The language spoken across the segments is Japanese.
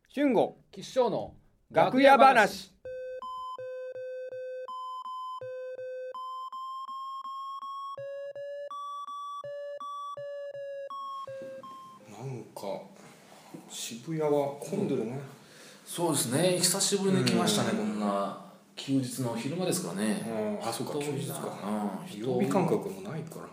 俊吾吉祥の楽屋話。なんか渋谷は混んでるね。 そうですね、久しぶりに来ましたね、こんな休日の昼間ですからね。 あ、そうか、休日か。 人曜日感覚もないから。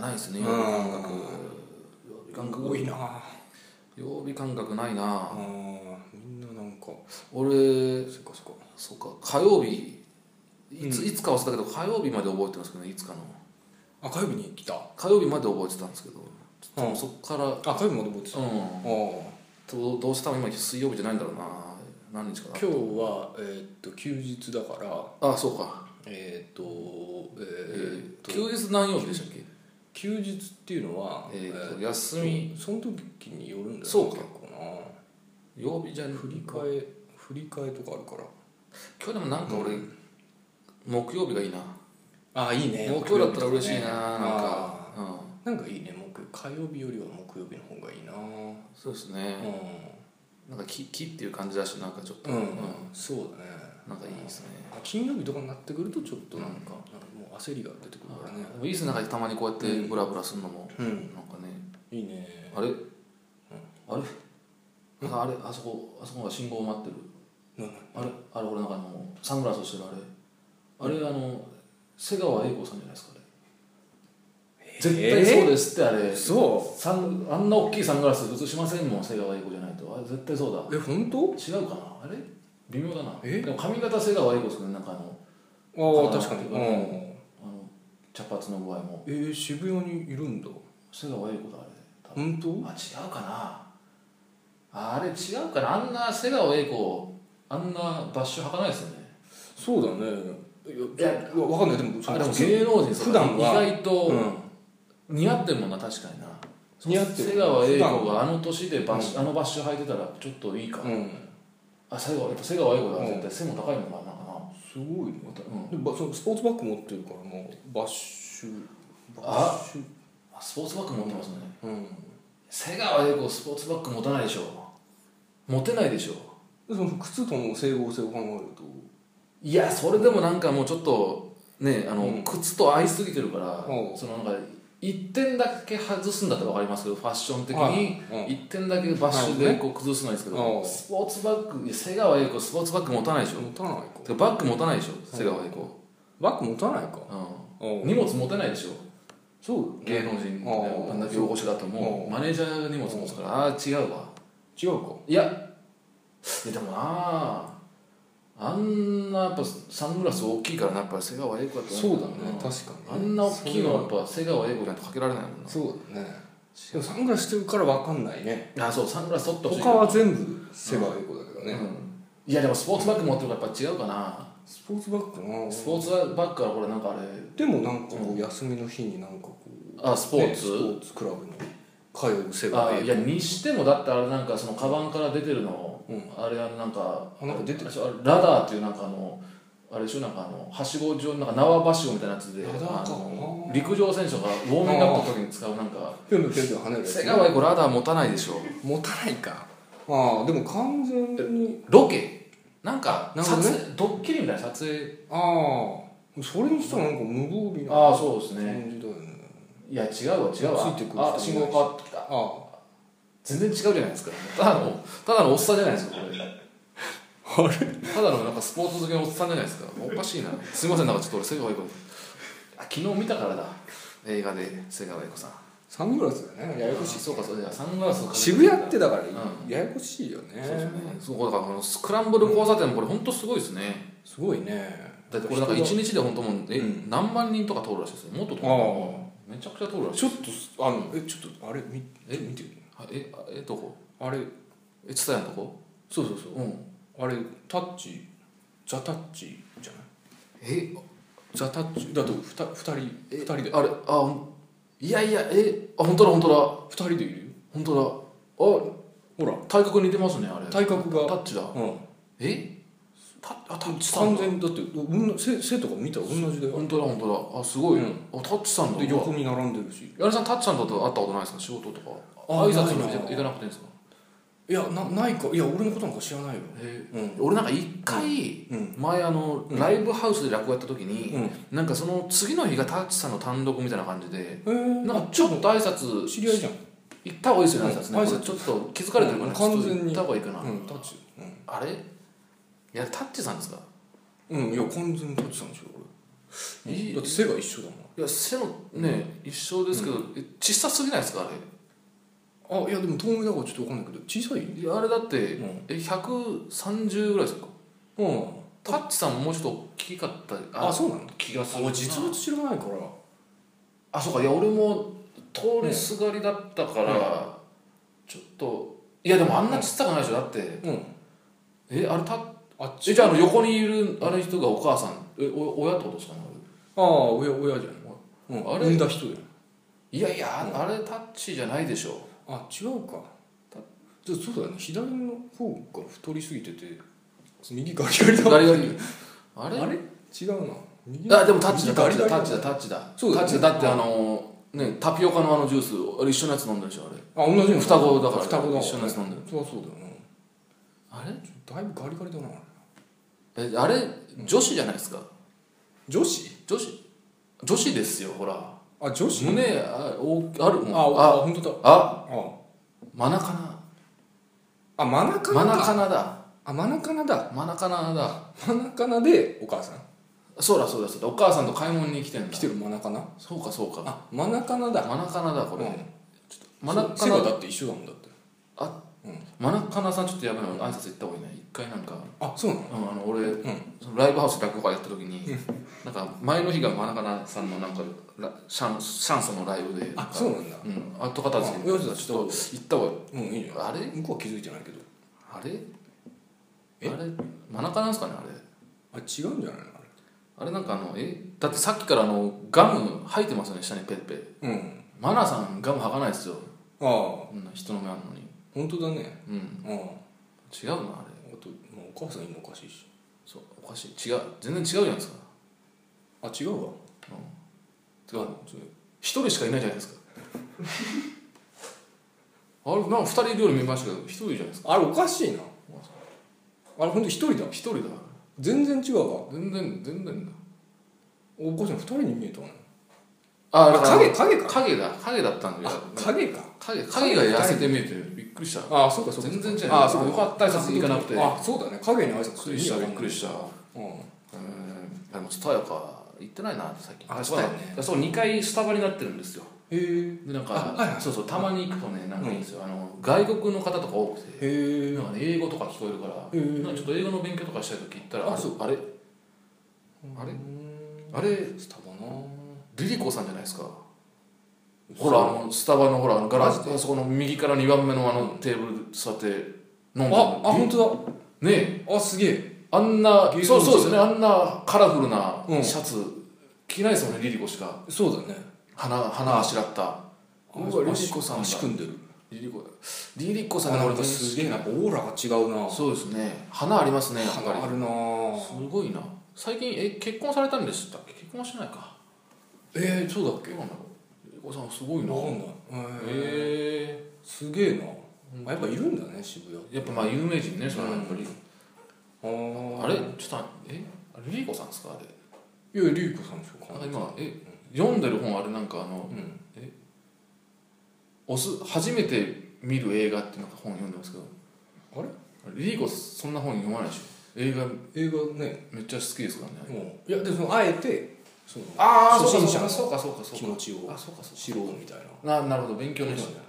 ないですね、曜日感覚。 多いな。 曜日感覚ないな。 みんななんか俺、そうか、火曜日いつか忘れたけど、火曜日まで覚えてるんですけどね、いつかの。 火曜日に来た。 火曜日まで覚えてたんですけど、そっから火曜日まで覚えてた。 どうしても今水曜日じゃないんだろうな。何日かな。 今日は休日だから。 そうか。休日何曜日でしたっけ？ 休日っていうのは休み、 その時によるんだよね。 そうか、 結構な。 曜日じゃ振り替えとかあるから。 今日でもなんか俺、木曜日がいいな。 いいね。 木曜だったら嬉しいな。 なんかいいね。火曜日よりは木曜日の方がいいな。 そうですね。なんか木っていう感じだし、なんかちょっとそうだね。 なんかいいですね。 金曜日とかになってくるとちょっとなんかもう焦りが出てくるからね。 いいですね。なんかたまにこうやってブラブラするのもなんかね、 いいね。 あれなんかあそこが信号を待ってる。あれ俺なんかサングラスをしてるあれ瀬川栄子さんじゃないですか。絶対そうですって。あれあんな大きいサングラス映しませんもん、瀬川栄子じゃないと。あれ絶対そうだ。 本当？ 違うかな。あれ微妙だな。でも髪型瀬川栄子ですね。なんか確かに茶髪の具合も。 渋谷にいるんだ。 瀬川栄子だあれ。 本当？ 違うかな。あれ違うかな。あんな瀬川栄子あんなバッシュ履かないですよね。 そうだね。いやわかんない。でも芸能人普段は意外と似合ってるもんな。確かにな。 似合ってる。 瀬川栄子があの年であのバッシュ履いてたらちょっといいか。瀬川栄子だ。絶対背も高いもんな。なんかな。 すごいね。スポーツバッグ持ってるからもうバッシュスポーツバッグ持ってますね。瀬川栄子スポーツバッグ持たないでしょ。持てないでしょ。 その靴との整合性を考えると、 いやそれでもなんかもうちょっとね、靴と合いすぎてるから、そのなんか1点だけ外すんだったら分かりますけど、ファッション的に1点だけバッシュでこう崩すのはいいですけど、スポーツバッグ、瀬川栄子スポーツバッグ持たないでしょ。 持たないか。 バッグ持たないでしょ、瀬川栄子。 バッグ持たないか。 荷物持てないでしょ。 そう芸能人あんだけ大御所だともうマネージャーが荷物持つから。違うわ。 違うか。 いやでもあんなやっぱサングラス大きいからな。やっぱり瀬川栄子だと思う。そうだね、確かに。 あんな大きいのはやっぱ瀬川栄子じゃないとかけられないもんな。 そうだね。でもサングラスしてるから分かんないね。 そう、サングラス取ってほしい。 他は全部瀬川栄子だけどね。 いやでもスポーツバッグ持ってるからやっぱ違うかな。 スポーツバッグな。 スポーツバッグからこれなんかあれでもなんかこう休みの日になんかこうスポーツクラブの通う瀬川栄子。 いやにしてもだってあれなんかそのカバンから出てるのあれなんか出てる。 ラダーっていうなんかあれでしょ、なんかはしご状なんか縄ばしごみたいなやつで陸上選手がウォーミングアップの時に使うなんかぴょんぴょん跳ねるやつ。 瀬川栄子ラダー持たないでしょ。 持たないか。でも完全にロケなんか撮影ドッキリみたいな撮影。 それにしたらなんか無防備なそうですね。 感じだよね。 いや違うわついてくる。 信号変わってきた。全然違うじゃないですか。ただのおっさんじゃないですかこれ。ただのなんかスポーツ好きのおっさんじゃないですか。おかしいな。すいません、なんかちょっと俺瀬川栄子昨日見たからだ、映画で瀬川栄子さん。 サングラスだね。ややこしい。 そうかそうか。サングラスを渋谷ってだからややこしいよね。 そうですね。そうだからスクランブル交差点もこれ本当すごいですね。 すごいね。 だってこれなんか1日で本当もう何万人とか通るらしいですよ。もっと通る。めちゃくちゃ通るらしい。 ちょっとあれ見てる。 どこ？ あれツタヤのとこ？ そう。あれタッチザタッチじゃない？ザタッチだと2人で。 あれいや本当だ 2人でいるよ。 本当だ。ほら体格似てますね。あれ体格がタッチだ。タッチさん完全だって背とか見たら同じだよ。 本当だ。すごい。タッチさんで横に並んでるし。 矢野さんタッチさんと会ったことないですか？仕事とか挨拶に行かなくていいんですか？ いやないか、いや俺のことなんか知らないよ。 俺なんか一回、前ライブハウスで落語やった時に、なんかその次の日がタッチさんの単独みたいな感じで、なんかちょっと挨拶知り合いじゃん。 行った方がいいですよね、挨拶ね。 挨拶ちょっと気づかれてるから完全に行った方がいいかな。 タッチ。 あれいやタッチさんですか。 いや完全にタッチさんでしょ俺。だって背が一緒だもん。 いや背のね、一緒ですけど、小さすぎないですかあれ。 いやでも透明だからちょっと分かんないけど小さい。 いやあれだって、130ぐらいですか。タッチさんももうちょっと大きかった。 そうなの。 気がする。 俺実物知らないから。 そうか。いや俺も通りすがりだったから、ちょっといやでもあんなちっさくないでしょだって。あれじゃあ横にいるあれ人がお母さん親ってことですかね。 親じゃん。あれ産んだ人だよ。 いやいや、あれタッチじゃないでしょ。 違うか。そうだね、左の方が太りすぎてて右ガリガリだ。 ガリガリ。あれ違うな。 でもタッチだ。そうだ、タッチだ。だってタピオカのジュースあれ一緒のやつ飲んでるでしょあれ。 同じの双子だから双子だ一緒のやつ飲んでる。 そうだよな。 あれだいぶガリガリだな。 あれ女子じゃないですか。 女子ですよほら。 女子胸あるもん。 本当だ。 マナカナ。 マナカナだ。マナカナでお母さん。 そうだ。お母さんと買い物に来てるマナカナ。 そうか。 マナカナだこれ。 マナカナだって一緒だもんだって。 マナカナさんちょっとやめろ、挨拶行った方がいいね。一回なんか。 そうなの。 俺そのライブハウスで落語会やった時になんか前の日がマナカナさんのなんかシャンソンのライブで。 そうなんだ。 後片付けちょっと行った方がいい。 いいじゃん。あれ向こうは気づいてないけど。 あれマナカナですかねあれ。 違うんじゃないのあれなんかだってさっきからガム吐いてますよね下にペッペ。マナさんガム吐かないですよ。人の目あるのに。 本当だね。 違うなあれ。 お母さんいいのおかしいし。 そうおかしい。違う全然違うじゃないですか。 違うわ。 一人しかいないじゃないですか。あれなんか2人いるように見えましたけど一人じゃないですか。 あれおかしいな。あれ本当一人だ。全然違うわ。 全然だ。 お母さん2人に見えたの。 影だったんだよ。 影が痩せて見えてびっくりした。 そうか全然違う。よかった挨拶行かなくて。 そうだね、影に挨拶びっくりした。でもスタヤか行ってないな最近。そう2回スタバになってるんですよ。でなんかそうたまに行くとねなんかいいんですよ。外国の方とか多くてなんか英語とか聞こえるからなんかちょっと英語の勉強とかしたい時行ったらあれスタバな。 リリコさんじゃないですか。ほらスタバのほらガラスあそこの右から2番目のテーブル座って飲んでる。 本当だねえ。 すげえ。 あんなそうですね。あんなカラフルなシャツ着ないですよねリリコしか。 そうだね。 花あしらった。 リリコさん足組んでる。 リリコさんがすげえな。オーラが違うな。 そうですね。花ありますね。 花あるな。 すごいな。最近結婚されたんでしたっけ。結婚はしないか。 そうだっけ。 リリコさんすごいな。 すげえな。やっぱいるんだね渋谷。 やっぱ有名人ねそれはやっぱり。あれちょっとリリコさんですかあれ。 いやリリコさんでしょ。 今読んでる本あれなんか初めて見る映画っていうなんか本読んでますけど。リリコそんな本読まないでしょ。映画ねめっちゃ好きですからね。 いやでもあえて初心者の気持ちを知ろうみたいな。なるほど勉強にして。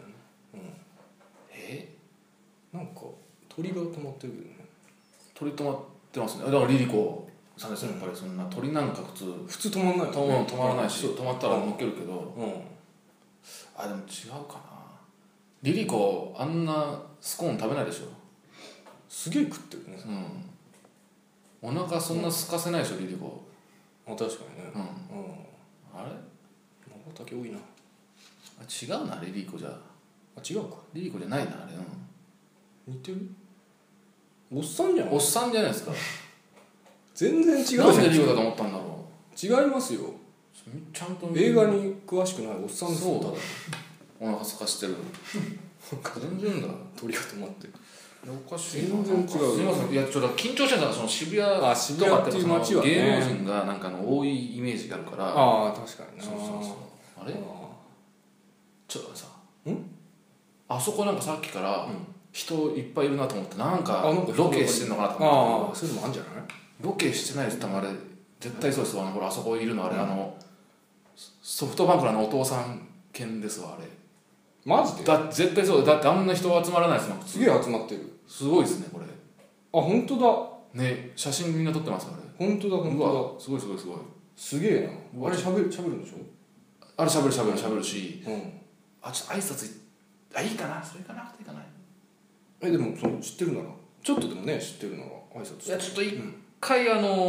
なんか鳥が止まってるけどね。 鳥止まってますね。だからリリコさんですよやっぱり。そんな鳥なんか普通止まんない。 止まらないし止まったら乗っけるけど。でも違うかな。リリコあんなスコーン食べないでしょ。 すげえ食ってるね。 お腹そんな空かせないでしょリリコ。 確かにね。 あれまばたき多いな。 違うなリリコじゃ。 違うか。 リリコじゃないなあれ。 似てる。おっさんじゃない。 おっさんじゃないですか。 全然違うじゃん。 なんでリリコだと思ったんだろう。違いますよ。 ちゃんと映画に詳しくないおっさんです。 そうだ。お腹空かしてる。 全然だ鳥が止まってる。 おかしいな。 全然違う。 すいません、いやちょっと緊張してた。その渋谷とか渋谷っていう街はね、 芸能人がなんか多いイメージがあるから。 ああ確かにな。 そうあれちょっとさ、 んあそこなんかさっきから人いっぱいいるなと思って、なんかなんかロケしてんのかなと思って。 ああそういうのもあるんじゃない？ ロケしてないです。多分あれ絶対そうですわ。ほらあそこいるのあれ、ソフトバンクのお父さん犬ですわあれ。 マジで？ 絶対そうだって、あんな人集まらないですもん。 すげえ集まってる。 すごいですねこれ。 あ本当だね、写真みんな撮ってますあれ。 本当だ本当だ。 すごいすごいすごい。 すげえな。あれ喋るんでしょ？ あれ喋るし、 うん。 あちょっと挨拶いいかな、それかなくていいかな。 でもその知ってるならちょっとでもね知ってるなら挨拶して。 いやちょっと一回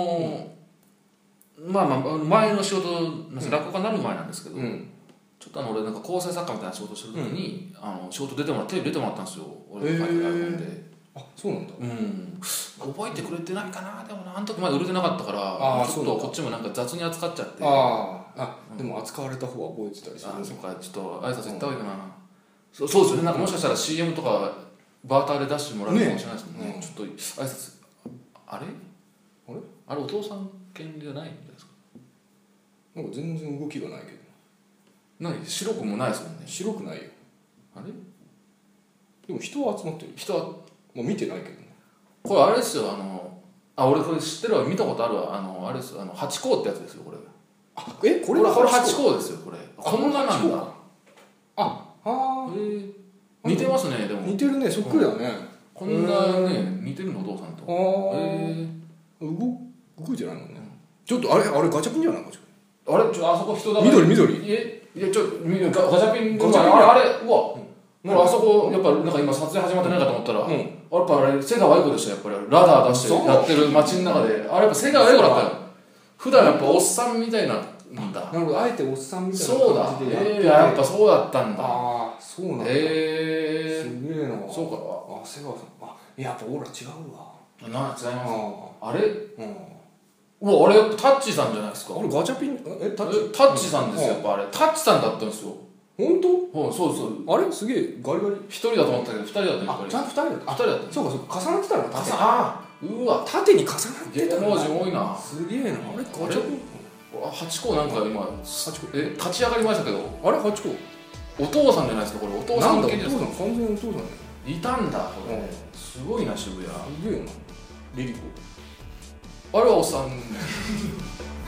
まあ前の仕事落語家になる前なんですけど、ちょっと俺なんか構成作家みたいな仕事してる時に、仕事テレビ出てもらったんですよ。俺が書いてあるんで。 あそうなんだ。 覚えてくれてないかな。でもな、あの時まだ売れてなかったからちょっとこっちもなんか雑に扱っちゃって。 でも扱われた方は覚えてたりする。 そうか、ちょっと挨拶行った方がいいかな。そうですよね。なんかもしかしたら CM とかバーターで出してもらえるかもしれないですもんね。ちょっと挨拶あれお父さん犬じゃないみたいですか。 なんか全然動きがないけど。 ない白くもないですもんね。 白くないよ。 あれでも人は集まってる。 人はもう見てないけどね。 これあれですよ。俺これ知ってるわ。見たことあるわ。あれですよ。ハチ公ってやつですよこれ。 これハチ公ですよこれ。こんななんだ。似てますね。でも似てるね。そっくりだね。 こんなね似てるのお父さんと。 動いてないもんね。ちょっとあれガチャピンじゃないか。 あれあそこ人だ。 緑。 いやガチャピンあれうわ。もうあそこやっぱなんか今撮影始まってないかと思ったら、やっぱあれ瀬川栄子でしたやっぱり。ラダー出してやってる街の中で、あれやっぱ瀬川栄子だったよ。普段やっぱおっさんみたいなんだ。 なるほど、あえておっさんみたいな感じでやって。やっぱそうだったんだ。 ああそうなんだ。すげえな。 そうか。 瀬川さん。やっぱオーラ違うわ。 違います。あれあれタッチさんじゃないですか。 あれガチャピンタッチさんですよ。やっぱあれタッチさんだったんですよ。 本当？ そうあれすげえガリガリ。 一人だと思ったけど二人だった。 ちゃんと二人だった。そうか重なってたな。うわ縦に重なってた。 芸能人多いな。 すげえな。あれガチャピン。 ハチ公なんか今立ち上がりましたけど。 あれハチ公。 お父さんじゃないですかこれ。お父さん系ですか。 完全にお父さんだよ。 いたんだこれ。すごいな渋谷。 すげえな。リリコ。 あれはおっさん。